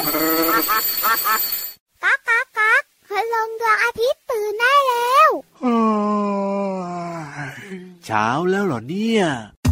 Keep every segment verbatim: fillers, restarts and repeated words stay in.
ก๊ากก๊ากก๊ากพลังดวงอาทิตย์ตื่นได้แล้วเช้าแล้วเหรอเนี่ย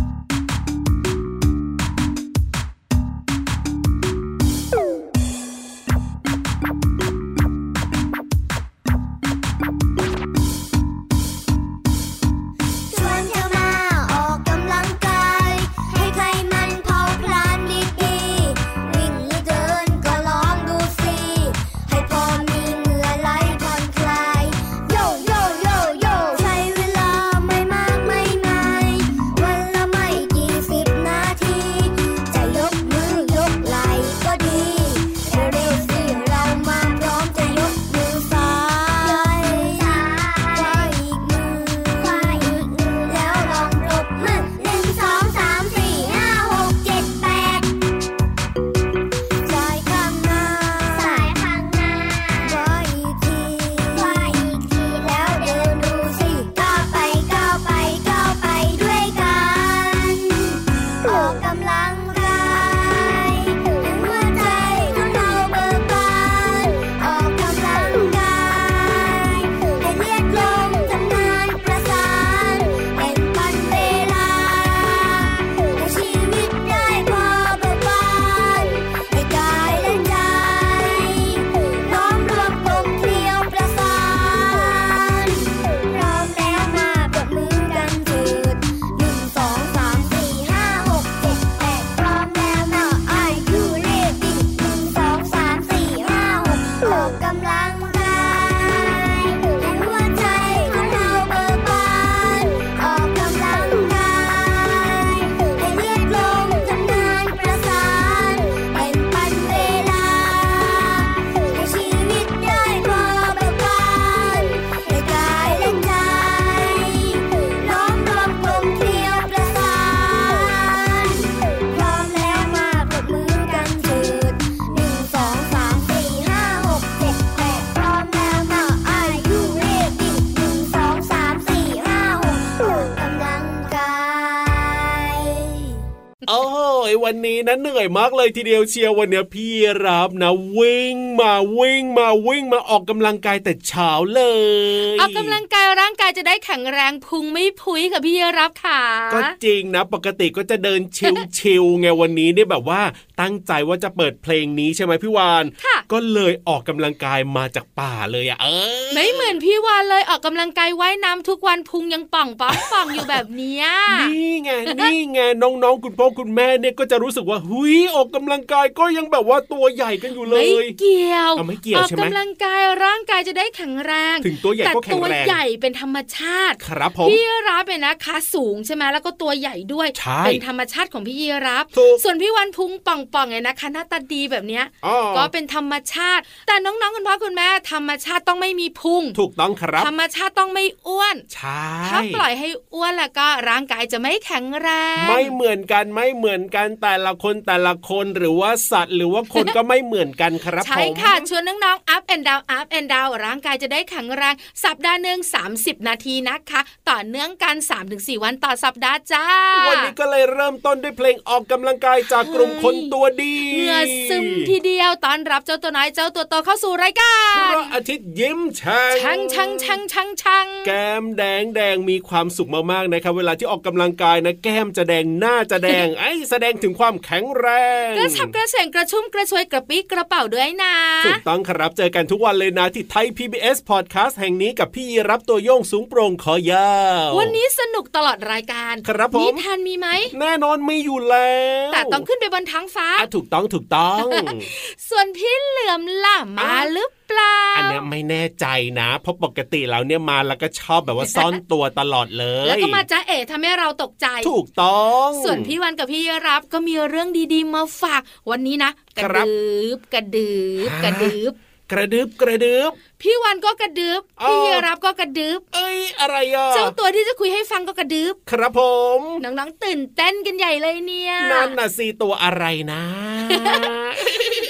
วันนี้นะเหนื่อยมากเลยทีเดียวเชียววันนี้พี่รับนะวิ่งมาวิ่งมาวิ่งมาออกกำลังกายแต่เช้าเลยออกกำลังกายร่างกายจะได้แข็งแรงพุงไม่พุ้ยค่ะพี่รับค่ะก็จริงนะปกติก็จะเดินชิลๆไงวันนี้เนี่ยแบบว่าตั้งใจว่าจะเปิดเพลงนี้ใช่ไหมพี่วานก็เลยออกกำลังกายมาจากป่าเลยอ่ะเออไม่เหมือนพี่วานเลยออกกำลังกายว่ายน้ำทุกวันพุงยังป่องป้องป่องอยู่แบบนี้นี่ไงนี่ไงน้องๆคุณพ่อคุณแม่เนี่ยก็จะรู้สึกว่าหุยออกกำลังกายก็ยังแบบว่าตัวใหญ่กันอยู่เลยไม่เกี่ยวไม่เกี่ยวใช่ไหมออกกำลังกายร่างกายจะได้แข็งแรงถึงตัวใหญ่ก็แข็งแรงแต่ตัวใหญ่เป็นธรรมชาติครับผมพี่รับเป็นนะคะสูงใช่ไหมแล้วก็ตัวใหญ่ด้วยเป็นธรรมชาติของพี่ยีรับส่วนพี่วันพุงป่องๆเนี่ยนะคะหน้าตาดีแบบเนี้ยก็เป็นธรรมชาติแต่น้องๆคุณพ่อคุณแม่ธรรมชาติต้องไม่มีพุงถูกต้องครับธรรมชาติต้องไม่อ้วนใช่ถ้าปล่อยให้อ้วนแล้วก็ร่างกายจะไม่แข็งแรงไม่เหมือนกันไม่เหมือนกันแต่ละคนแต่ละคนหรือว่าสัตว์หรือว่าคนก็ไม่เหมือนกันครับผมใช่ค่ะชวนน้องๆ up and down up and down ร่างกายจะได้แข็งแรงสัปดาห์นึงสามสิบนาทีนะคะต่อเนื่องกัน สามถึงสี่ วันต่อสัปดาห์จ้าวันนี้ก็เลยเริ่มต้นด้วยเพลงออกกำลังกายจากกลุ่มคนตัวดีเหงื่อซึมทีเดียวต้อนรับเจ้าตัวน้อยเจ้าตัวโตเข้าสู่รายการพระอาทิตย์ยิ้มแฉ่งชังชังชังชังชังแก้มแดงแดงมีความสุขมากๆนะครับเวลาที่ออกกำลังกายนะแก้มจะแดงหน้าจะแดง ไอ้แสดงถึงความแข็งแรงกระฉับกระเฉงกระชุ่มกระชวยกระปี้กระเป๋าด้วยนะถูกต้องครับเจอกันทุกวันเลยนะที่ไทย พี บี เอส Podcast แห่งนี้กับพี่รับตัวโยงสูงโปร่งคอยาววันนี้สนุกตลอดรายการครับผมนิทานมีไหมแน่นอนมีอยู่แล้วแต่ต้องขึ้นไปบนท้องฟ้าถูกต้องถูกต้องส่วนพี่เหลือมล่ะมาหรือเปล่าอันนี้ไม่แน่ใจนะเพราะปกติแล้วเนี่ยมาแล้วก็ชอบแบบว่าซ่อนตัวตลอดเลยแล้วก็มาจ้าเอ๋ทำให้เราตกใจถูกต้องส่วนพี่วันกับพี่รับก็มีเรื่องดีๆมาฝากวันนี้นะกระดึบกระดึบกระดึบกระดึบกระดึบพี่วันก็กระดึบพี่รับก็กระดึบเอ้ยอะไรอ่ะเจ้าตัวที่จะคุยให้ฟังก็กระดึบครับผมน้องๆตื่นเต้นกันใหญ่เลยเนี่ยนั่นน่ะสิตัวอะไรนะน้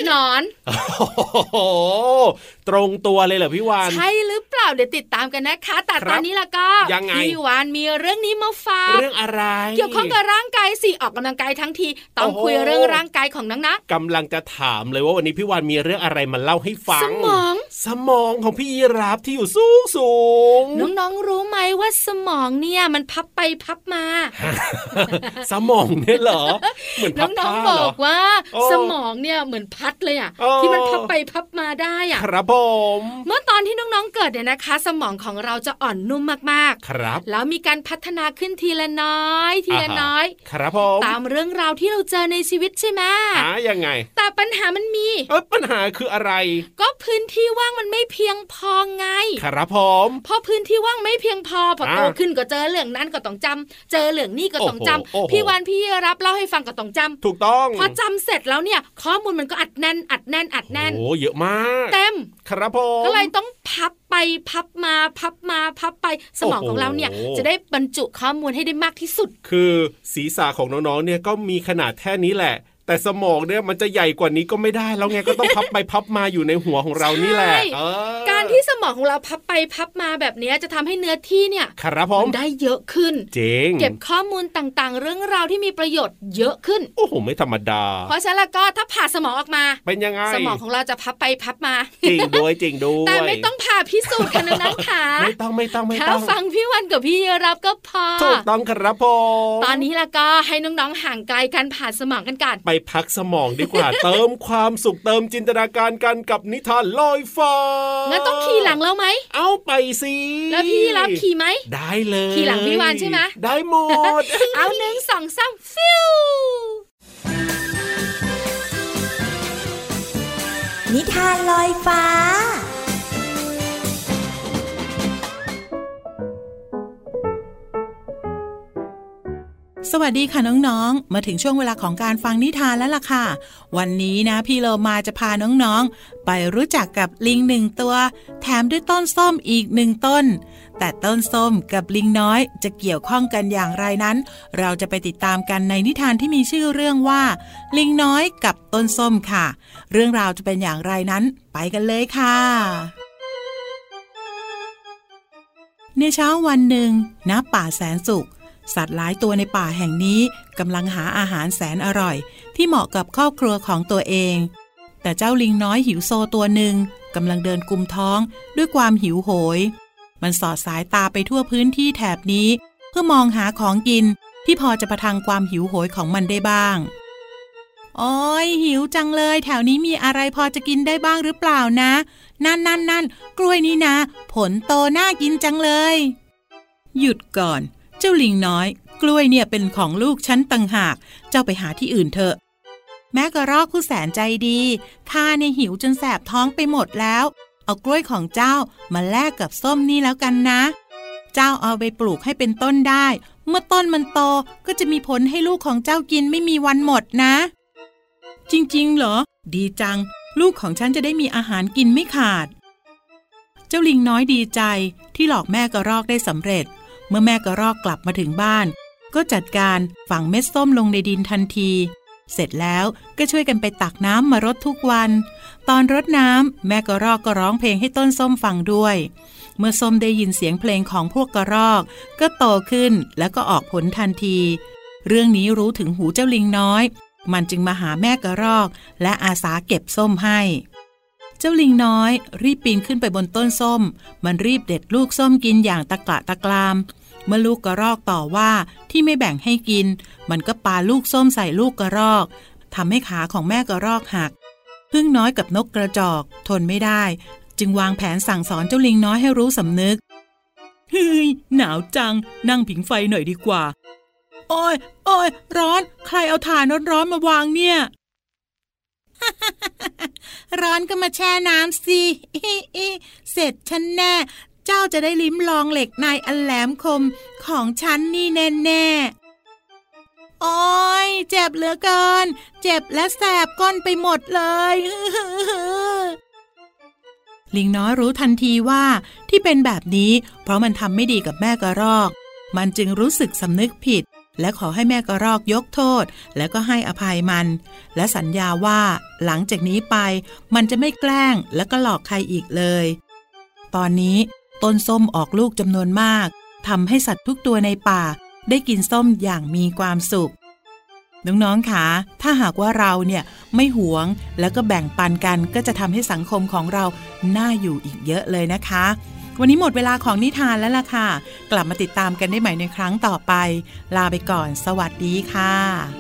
นอนโอ้โหตรงตัวเลยเหรอพี่วานใช่หรือเปล่าเดี๋ยวติดตามกันนะคะแต่ตอนนี้ล่ะก็พี่วานมีเรื่องนี้มาฝากเรื่องอะไรเกี่ยวข้องกับร่างกายสิออกกำลังกายทั้งทีต้องคุยเรื่องร่างกายของนักๆกำลังจะถามเลยว่าวันนี้พี่วานมีเรื่องอะไรมาเล่าให้ฟังสมองสมองของพี่ยีราฟที่อยู่สูงสูงน้องๆรู้ไหมว่าสมองเนี่ยมันพับไปพับมาสมองเนี่ยเหรอเหมือนพับน้องๆบอกว่าสมองเนี่ยเหมือนพัดเลยอ่ะที่มันพับไปพับมาได้อ่ะครับผมเมื่อตอนที่น้องๆเกิดเนี่ยนะคะสมองของเราจะอ่อนนุ่มมากๆครับแล้วมีการพัฒนาขึ้นทีละน้อยทีละน้อยครับผมตามเรื่องราวที่เราเจอในชีวิตใช่ไหมหายังไงแต่ปัญหามันมีเออปัญหาคืออะไรก็พื้นที่ว่างมันไม่เพียงพอไงครับผมพอพื้นที่ว่างไม่เพียงพอพอโตขึ้นก็เจอเรื่องนั้นก็ต้องจำเจอเรื่องนี้ก็ต้องจำพี่วานพี่รับเล่าให้ฟังก็ต้องจำถูกต้องพอจำเสร็จแล้วเนี่ยข้อมูลมันก็อัดแน่นอัดแน่นอัดแน่นโอ้เยอะมากเต็มครับผมก็เลยต้องพับไปพับมาพับมาพับไปสมองของเราเนี่ยจะได้บรรจุข้อมูลให้ได้มากที่สุดคือศีรษะของน้องๆเนี่ยก็มีขนาดแค่นี้แหละแต่สมองเนี่ยมันจะใหญ่กว่านี้ก็ไม่ได้แล้วไงก็ต้องพับไปพับมาอยู่ในหัวของเรานี่แหละการที่สมองของเราพับไปพับมาแบบนี้จะทำให้เนื้อที่เนี่ยมันได้เยอะขึ้นจริงเก็บข้อมูลต่างๆเรื่องราวที่มีประโยชน์เยอะขึ้นโอ้โหไม่ธรรมดาเพราะฉะนั้นแล้วก็ถ้าผ่าสมองออกมาเป็นยังไงสมองของเราจะพับไปพับมาจริงด้วยจริงด้วยแต่ไม่ต้องผ่าพิสูจน์กันนะค่ะไม่ต้องไม่ต้องไม่ต้องถ้าฟังพี่วันกับพี่รับก็พอถูกต้องครับผมตอนนี้แล้วก็ให้น้องๆห่างไกลการผ่าสมองกันก่อนไปพักสมองดีกว่า เติมความสุขเติมจินตนาการกันกับนิทานลอยฟ้างั้นต้องขี่หลังแล้วไหมเอาไปสิแล้วพี่รับขี่ไหมได้เลยขี่หลังพี่วานใช่ไหมได้หมดเอาหนึ่งสองสามฟิวนิทานลอยฟ้าสวัสดีค่ะน้องๆมาถึงช่วงเวลาของการฟังนิทานแล้วล่ะค่ะวันนี้นะพี่โลมาจะพาน้องๆไปรู้จักกับลิงหนึ่งตัวแถมด้วยต้นส้มอีกหนึ่งต้นแต่ต้นส้มกับลิงน้อยจะเกี่ยวข้องกันอย่างไรนั้นเราจะไปติดตามกันในนิทานที่มีชื่อเรื่องว่าลิงน้อยกับต้นส้มค่ะเรื่องราวจะเป็นอย่างไรนั้นไปกันเลยค่ะในเช้าวันหนึ่งณป่าแสนสุขสัตว์หลายตัวในป่าแห่งนี้กำลังหาอาหารแสนอร่อยที่เหมาะกับครอบครัวของตัวเองแต่เจ้าลิงน้อยหิวโซตัวหนึ่งกำลังเดินกุมท้องด้วยความหิวโหยมันสอดสายตาไปทั่วพื้นที่แถบนี้เพื่อมองหาของกินที่พอจะประทังความหิวโหยของมันได้บ้างโอ้ยหิวจังเลยแถวนี้มีอะไรพอจะกินได้บ้างหรือเปล่านะนั่นนั่นนั่นกล้วยนี่นะผลโตน่ากินจังเลยหยุดก่อนเจ้าลิงน้อยกล้วยเนี่ยเป็นของลูกฉันต่างหากเจ้าไปหาที่อื่นเถอะแม่กระรอกผู้แสนใจดีข้าเนี่ยหิวจนแสบท้องไปหมดแล้วเอากล้วยของเจ้ามาแลกกับส้มนี่แล้วกันนะเจ้าเอาไปปลูกให้เป็นต้นได้เมื่อต้นมันโตก็จะมีผลให้ลูกของเจ้ากินไม่มีวันหมดนะจริงๆเหรอดีจังลูกของฉันจะได้มีอาหารกินไม่ขาดเจ้าลิงน้อยดีใจที่หลอกแม่กระรอกได้สำเร็จเมื่อแม่กระรอกกลับมาถึงบ้านก็จัดการฝังเม็ดส้มลงในดินทันทีเสร็จแล้วก็ช่วยกันไปตักน้ำมารดทุกวันตอนรดน้ำแม่กระรอกก็ร้องเพลงให้ต้นส้มฟังด้วยเมื่อส้มได้ยินเสียงเพลงของพวกกระรอกก็โตขึ้นแล้วก็ออกผลทันทีเรื่องนี้รู้ถึงหูเจ้าลิงน้อยมันจึงมาหาแม่กระรอกและอาสาเก็บส้มให้เจ้าลิงน้อยรีบปีนขึ้นไปบนต้นส้มมันรีบเด็ดลูกส้มกินอย่างตะกละตะกรามเมื่อลูกกระรอกต่อว่าที่ไม่แบ่งให้กินมันก็ปาลูกส้มใส่ลูกกระรอกทำให้ขาของแม่กระรอกหักผึ้งน้อยกับนกกระจอกทนไม่ได้จึงวางแผนสั่งสอนเจ้าลิงน้อยให้รู้สำนึกเฮ้ยหนาวจังนั่งผิงไฟหน่อยดีกว่าโอ้ยโอ้ยร้อนใครเอาถ่านร้อนๆมาวางเนี่ย ร้อนก็มาแช่น้ำสิเสร็จฉันแน่เจ้าจะได้ลิ้มลองเหล็กในอันแหลมคมของฉันนี่แน่ๆโอ้ยเจ็บเหลือเกินเจ็บและแสบก้นไปหมดเลยลิงน้อยรู้ทันทีว่าที่เป็นแบบนี้เพราะมันทำไม่ดีกับแม่กระรอกมันจึงรู้สึกสำนึกผิดและขอให้แม่กระรอกยกโทษแล้วก็ให้อภัยมันและสัญญาว่าหลังจากนี้ไปมันจะไม่แกล้งและก็หลอกใครอีกเลยตอนนี้ต้นส้มออกลูกจำนวนมากทำให้สัตว์ทุกตัวในป่าได้กินส้มอย่างมีความสุขน้องๆคะถ้าหากว่าเราเนี่ยไม่หวงแล้วก็แบ่งปันกันก็จะทำให้สังคมของเราน่าอยู่อีกเยอะเลยนะคะวันนี้หมดเวลาของนิทานแล้วล่ะค่ะกลับมาติดตามกันได้ใหม่ในครั้งต่อไปลาไปก่อนสวัสดีค่ะ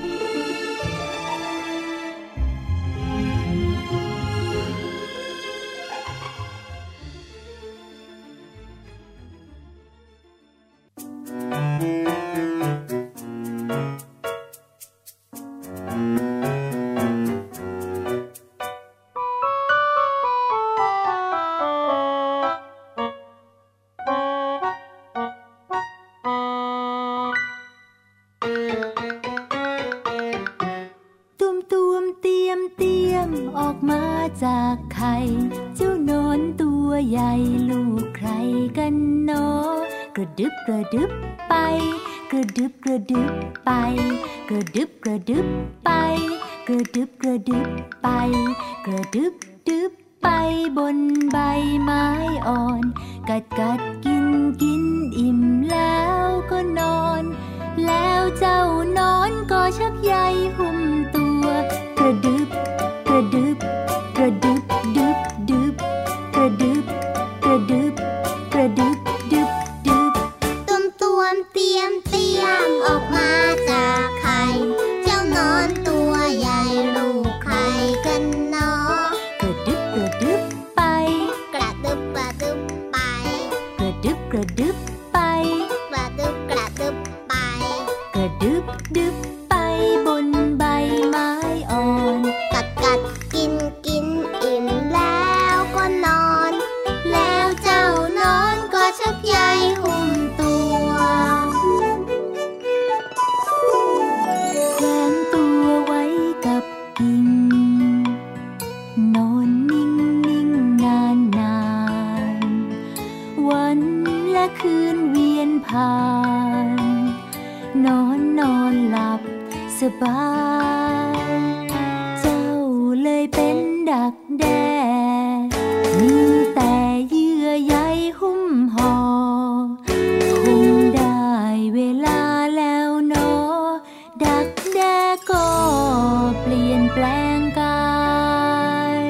จากไข่เจ้านอนตัวใหญ่ลูกใครกันเนาะกระดึบกระดึบไปกระดึบกระดึบไปกระดึบกระดึบไปกระดึบกระดึบไปกระดึบดึบไปบนใบไม้อ่อนกัดกัดกินกินอิ่มแล้วก็นอนแล้วเจ้านอนก็ชักใยหุ้มตัวกระดึบกระดึบกระดึบดึบดึบกระดึบกระดึบกระดึบดึบดึบตุ่มตุ่มเตรียมเตรียมออกมาจากไข่เจ้านอนตัวใหญ่ลูกไข่กันเนาะกระดึบกระดึบไปกระดึบกระดึบไปกระดึบกระดึบไปกระดึบกระดึบไปกระดึบดึบไปบนใบไม้อ่อนกัดกัดกินกินอิ่มแล้วก็นอนแล้วเจ้านอนก็ชักใยหุ้มตัวแขวนตัวไว้กับกิ่งนอนนิ่งนิ่งนานนานวันและคืนเวียนผ่านนอนนอนหลับสบายเจ้าเลยเป็นดักแด้มีแต่เยื่อใยหุ้มห่อคงได้เวลาแล้วเนาะดักแด้ก็เปลี่ยนแปลงกาย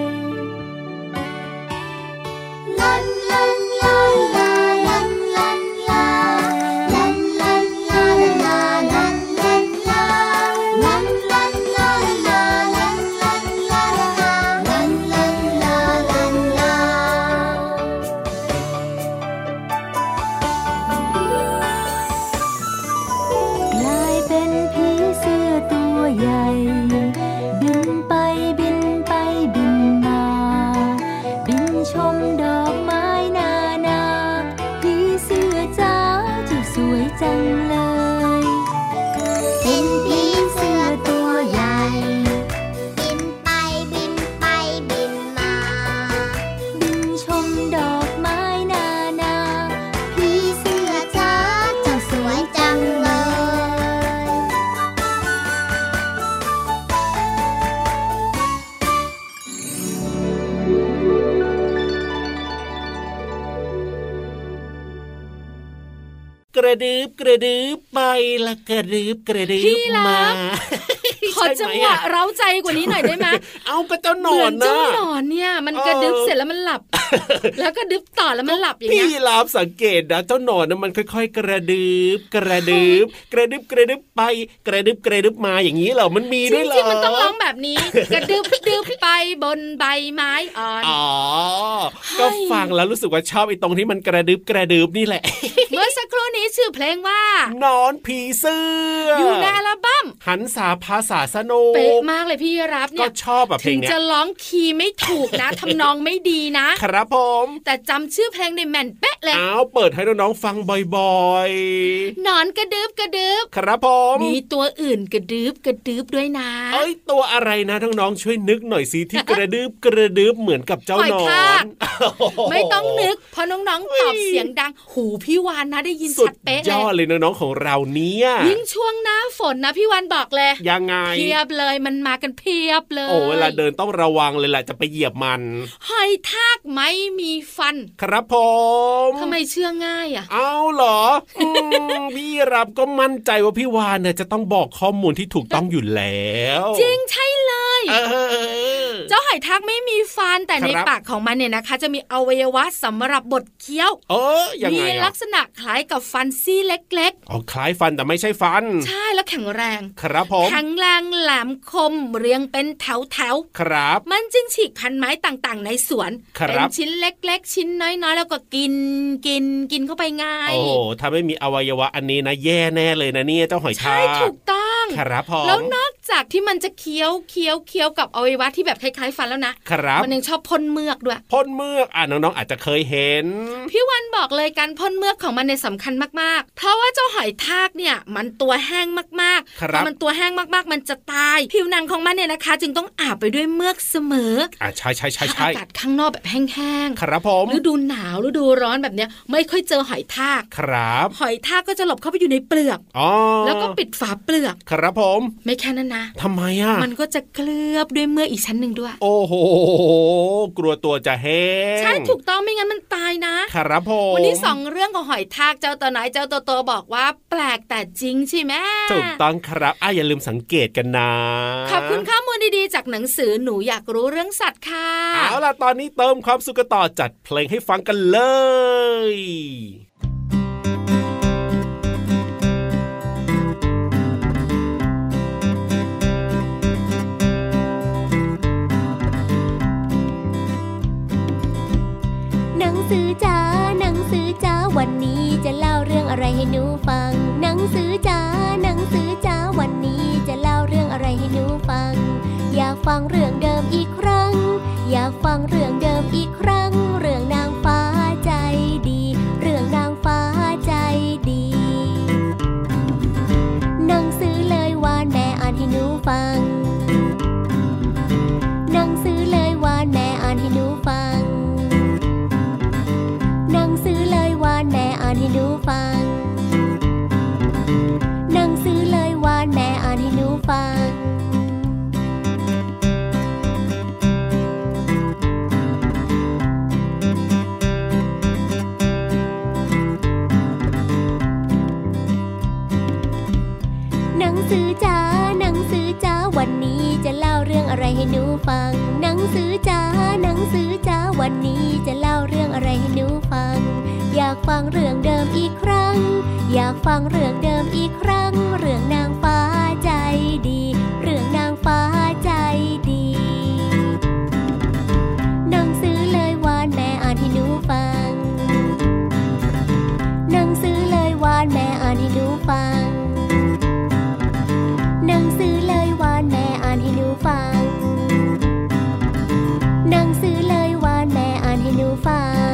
ลันลันลาลาลันลันลาลันลันลาลาลันลันลาลันลันลาลาลันลันลาลันลันลาลันลากลายเป็นผีเสื้อตัวใหญ่บินไปบินไปบินมาบินชมดอกไม้นานาผีเสื้อจ้าเจ้าสวยจังเลยเป็นผีเสื้อตัวใหญ่บินไปบินไปบินมาบินชมดอกไม้นานาผีเสื้อจ้าเจ้าสวยจังเลยกระดึบกระดึบไปละกระดึบกระดึบมาขอจังหวะเร้าใจกว่านี้หน่อยได้ไหมเอากระเจ้าหนอนนะเจ้าหนอนเนี่ยมันกระดึบเสร็จแล้วมันหลับแล้วก็ดึบต่อแล้วมันหลับอย่างเงี้ยพี่ลาบสังเกตนะเจ้าหนอนน่ะมันค่อยๆกระดึบกระดึบกระดึบกระดึบไปกระดึบกระดึบมาอย่างนี้เหรอมันมีด้วยเหรอจริงๆมันต้องร้องแบบนี้กระดึบดึบไปบนใบไม้อ่อนอ๋อก็ฟังแล้วรู้สึกว่าชอบไอ้ตรงที่มันกระดึบกระดึบนี่แหละเมื่อสักครู่นี้ชื่อเพลงว่านอนผีเสื้ออยู่ในอัลบั้มหันษาภาษาสนุกเป๊ะมากเลยพี่รับเนี่ยก็ชอบแบบเพลงเนี้ยถึงจะร้องคีย์ไม่ถูกนะทำนองไม่ดีนะครับผมแต่จำชื่อเพลงในแม่นเป๊ะเลยอ้าวเปิดให้น้องๆฟังบ่อยๆนอนกระดึบกระดึบครับผมมีตัวอื่นกระดึบกระดึบด้วยนะเอ้ยตัวอะไรนะน้องๆช่วยนึกหน่อยสิที่กระดึบกระดึบเหมือนกับเจ้านอนไม่ต้องนึกเพราะน้องๆตอบเสียงดังหูพี่วานนะได้ยินชัดเป๊ะเลยสุดยอดเลยน้องๆของเราเนี่ยยิ่งช่วงหน้าฝนนะพี่วันบอกเลยยังไงเพียบเลยมันมากันเพียบเลยโอ้เวลาเดินต้องระวังเลยแหละจะไปเหยียบมันหอยทากไม่มีฟันครับผมทำไมเชื่อง่ายอ่ะเอาเหรอ พี่รับก็มั่นใจว่าพี่วานเนี่ยจะต้องบอกข้อมูลที่ถูกต้องอยู่แล้วจริงใช่เลยเออเจ้าหอยทากไม่มีฟันแต่ในปากของมันเนี่ยนะคะจะมีอวัยวะสำหรับบดเคี้ยวเออยังไงมีลักษณะคล้ายกับฟันซี่เล็กๆอ๋อคล้ายฟันแต่ไม่ใช่ฟันใช่แล้วแข็งแรงครับผมแข็งแรงแหลมคมเรียงเป็นแถวๆครับมันจึงฉีกพันไม้ต่างๆในสวนเป็นชิ้นเล็กๆชิ้นน้อยๆแล้วก็กินกินกินเข้าไปง่ายโอ้ถ้าไม่มีอวัยวะอันนี้นะแย่แน่เลยนะเนี่ยเจ้าหอยทากใช่ถูกต้องครับผมแล้วนอกจากที่มันจะเคี้ยวเคี้ยวเคี้ยวกับอวัยวะที่แบบคล้ายๆฟันแล้วนะครับมันยังชอบพ่นเมือกด้วยพ่นเมือกอ่ะน้องๆอาจจะเคยเห็นพี่วันบอกเลยการพ่นเมือกของมันเนี่ยสำคัญมากๆเพราะว่าเจ้าหอยทากเนี่ยมันตัวแห้งมากๆพอมันตัวแห้งมากๆมันจะตายผิวหนังของมันเนี่ยนะคะจึงต้องอาบไปด้วยเมือกเสมออ่ะใช่ใช่ใช่ใช่อากาศข้างนอกแบบแห้งๆครับผมฤดูหนาวฤดูร้อนแบบเนี้ยไม่ค่อยเจอหอยทากครับหอยทากก็จะหลบเข้าไปอยู่ในเปลือกอ๋อแล้วก็ปิดฝาเปลือกครับผมไม่แค่นั้นนะทำไมอ่ะมันก็จะเคลือบด้วยเมือกอีกชั้นหนึ่งด้วยโอ้โหกลัวตัวจะแห้งใช่ถูกต้องไม่งั้นมันตายนะครับผมวันนี้สองเรื่องของหอยทากเจ้าตัวไหนเจ้าตัวโตบอกว่าแปลกแต่จริงใช่ไหมถูกต้องครับอ่ะอย่าลืมสังเกตกันนะขอบคุณข้อมูลดีๆจากหนังสือหนูอยากรู้เรื่องสัตว์ค่ะเอาล่ะตอนนี้เติมความสุขกันต่อจัดเพลงให้ฟังกันเลยหนังสือจ๋าหนังสือจ๋าวันนี้จะเล่าเรื่องอะไรให้หนูฟังหนังสือจ๋าหนังสือจ๋าวันนี้จะเล่าเรื่องอะไรให้หนูฟังอยากฟังเรื่องเดิมอีกครั้งอยากฟังเรื่องเดิมอีกครั้งเรื่องนางฟ้าใจดีเรื่องนางฟ้าใจดีหนังสือเลยวานแม่อ่านให้หนูฟังหนังสือเลยวานแม่อ่านให้หนูฟังหนังสือเลยวานแม่อ่านให้หนูฟังหนังสือเลยวานแม่อ่านให้หนูฟังหนังสือจ๋าหนังสือจ๋าวันนี้จะเล่าเรื่องอะไรให้หนูฟังหนังสือจ๋าหนังสือจ๋าวันนี้จะเล่าเรื่องอะไรให้หนูฟังอยากฟังเรื่องเดิมอีกครั้งอยากฟังเรื่องเดิมอีกครั้งเรื่องนางฟ้าใจดีเรื่องนางฟ้าใจดีหนังสือเลยวานแม่อ่านให้หนูฟังหนังสือเลยวานแม่อ่านให้หนูฟังหนังสือเลยวานแม่อ่านให้หนูฟังหนังสือเลยวานแม่อ่านให้หนูฟัง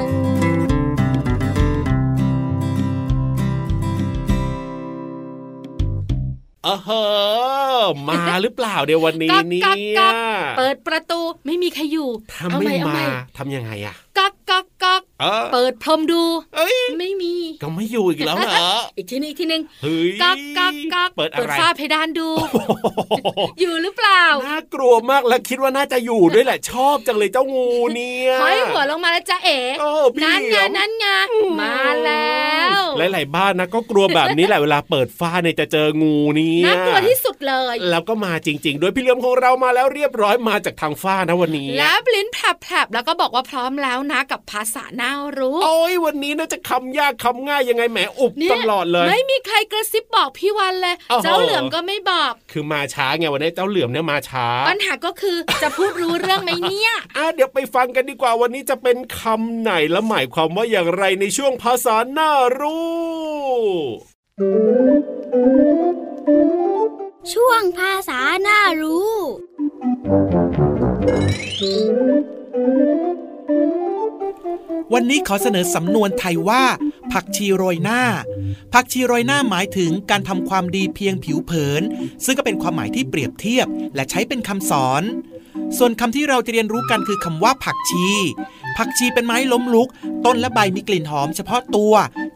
เออเฮ้อมาหรือเปล่าเดี๋ยววันนี้เนี่ยเปิดประตูไม่มีใครอยู่ทำไม่มาทำยังไงอะก๊อกก๊อกก๊อกเปิดพรมดูไม่มีก็ไม่อยู่อีกแล้วเหรออีกทีนึงอีกทีนึงก๊อกก๊อกก๊อกเปิดฝ้าเพดานดูอยู่หรือเปล่าน่ากลัวมากและคิดว่าน่าจะอยู่ด้วยแหละชอบจังเลยเจ้างูเนี่ยห้อยหัวลงมาแล้วจ้าเอ๋นั่นไงนั่นไงมาแล้วหลายๆบ้านนะก็กลัวแบบนี้แหละเวลาเปิดฝ้าเนี่ยจะเจองูนี่น่ากลัวที่สุดเลยแล้วก็มาจริงๆด้วยพี่เหลือมของเรามาแล้วเรียบร้อยมาจากทางฝ้านะวันนี้แล้วลิ้นแผลบๆแล้วก็บอกว่าพร้อมแล้วนะกับภาษาน่ารู้โอ้ยวันนี้น่าจะคำยากคำง่ายยังไงแหมอุบตลอดเลยไม่มีใครกระซิบบอกพี่วันเลยเจ้าเหลือมก็ไม่บอกคือมาช้าไงวันนี้เจ้าเหลือมเนี่ยมาช้าปัญหาก็คือจะพูดรู้เรื่องไหมเนี่ยอ่ะเดี๋ยวไปฟังกันดีกว่าวันนี้จะเป็นคำไหนและหมายความว่าอย่างไรในช่วงภาษาน่ารู้ช่วงภาษาน่ารู้วันนี้ขอเสนอสำนวนไทยว่าผักชีโรยหน้าผักชีโรยหน้าหมายถึงการทำความดีเพียงผิวเผินซึ่งก็เป็นความหมายที่เปรียบเทียบและใช้เป็นคำสอนส่วนคำที่เราจะเรียนรู้กันคือคำว่าผักชีผักชีเป็นไม้ล้มลุกต้นและใบมีกลิ่นหอมเฉพาะตัว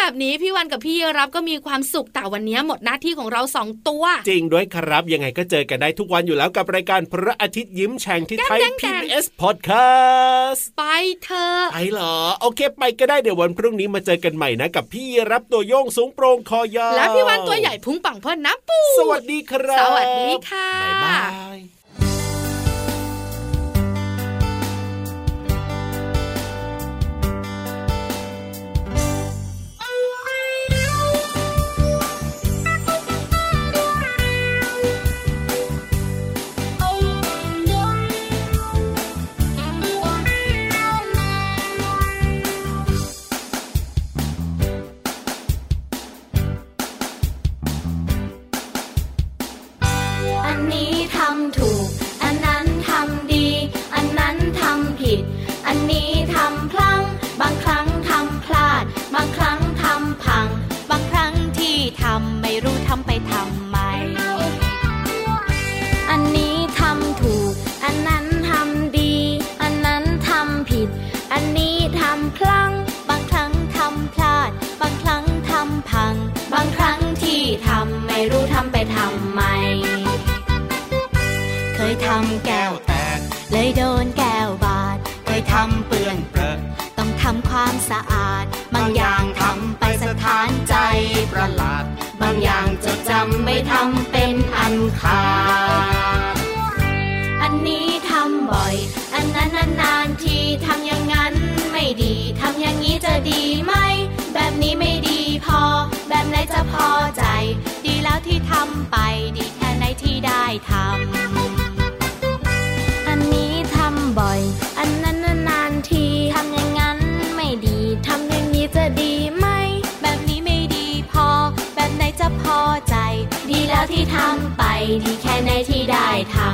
แบบนี้พี่วันกับพี่รับก็มีความสุขแต่วันนี้หมดหน้าที่ของเราสองตัวจริงด้วยครับยังไงก็เจอกันได้ทุกวันอยู่แล้วกับรายการพระอาทิตย์ยิ้มแฉ่งที่ไทย พี บี เอส Podcast ไปเถอะไปเหรอโอเคไปก็ได้เดี๋ยววันพรุ่งนี้มาเจอกันใหม่นะกับพี่รับตัวโยงสูงโปร่งคอยาวและพี่วันตัวใหญ่พุงปังพ่นน้ำปูสวัสดีครับสวัสดีค่ะบ๊ายบายทำแก้วแตกเลยโดนแก้วบาดเคยทำเปื้อนเปรอะต้องทำความสะอาดบางอย่างทำไปสถานใจประหลาดบางอย่างจดจำไม่ทำเป็นอันขาดอันนี้ทำบ่อยอันนั้นนานๆทีทำอย่างนั้นไม่ดีทำอย่างนี้จะดีไหมแบบนี้ไม่ดีพอแบบไหนจะพอใจดีแล้วที่ทำไปดีแค่ไหนที่ได้ทำบ่อยอันนั้นนานๆทีทำอย่างนั้นไม่ดีทำอย่างนี้จะดีไหมแบบนี้ไม่ดีพอแบบไหนจะพอใจดีแล้วที่ทำไปดีแค่ไหนที่ได้ทำ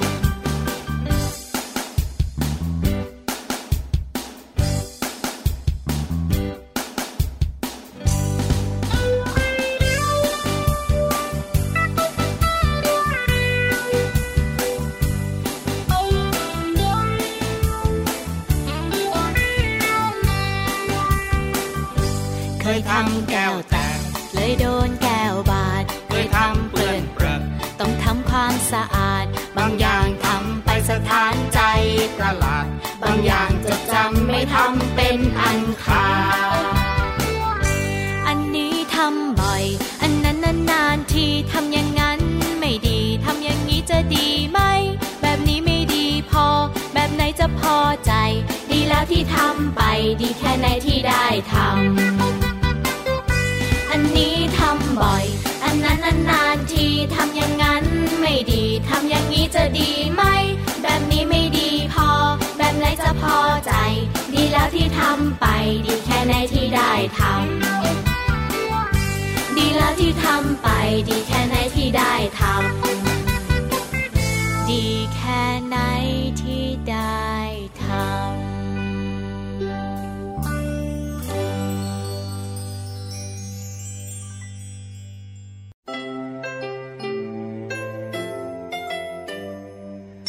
เคยทำแก้วแตกเลยโดนแก้วบาดเคยทำเปื้อนเปรอะต้องทำความสะอาดบางอย่างทำไปสถานใจประหลาดบางอย่างจดจำไม่ทำเป็นอันขาดอันนี้ทำบ่อยอันนั้นนานๆทีทำอย่างนั้นไม่ดีทำอย่างนี้จะดีไหมแบบนี้ไม่ดีพอแบบไหนจะพอใจดีแล้วที่ทำไปดีแค่ไหนที่ได้ทำอันนี้ทำบ่อยอันนั้นนานๆทีทำอย่างนั้นไม่ดีทำอย่างนี้จะดีไหมแบบนี้ไม่ดีพอแบบไหนจะพอใจดีแล้วที่ทำไปดีแค่ไหนที่ได้ทำดีแล้วที่ทำไปดีแค่ไหนที่ได้ทำดีแค่ไหนที่ได้ทำ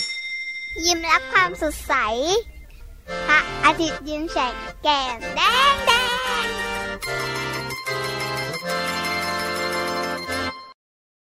ยิ้มรับความสดใสพระอาทิตย์ยิ้มแฉกแก้มแดง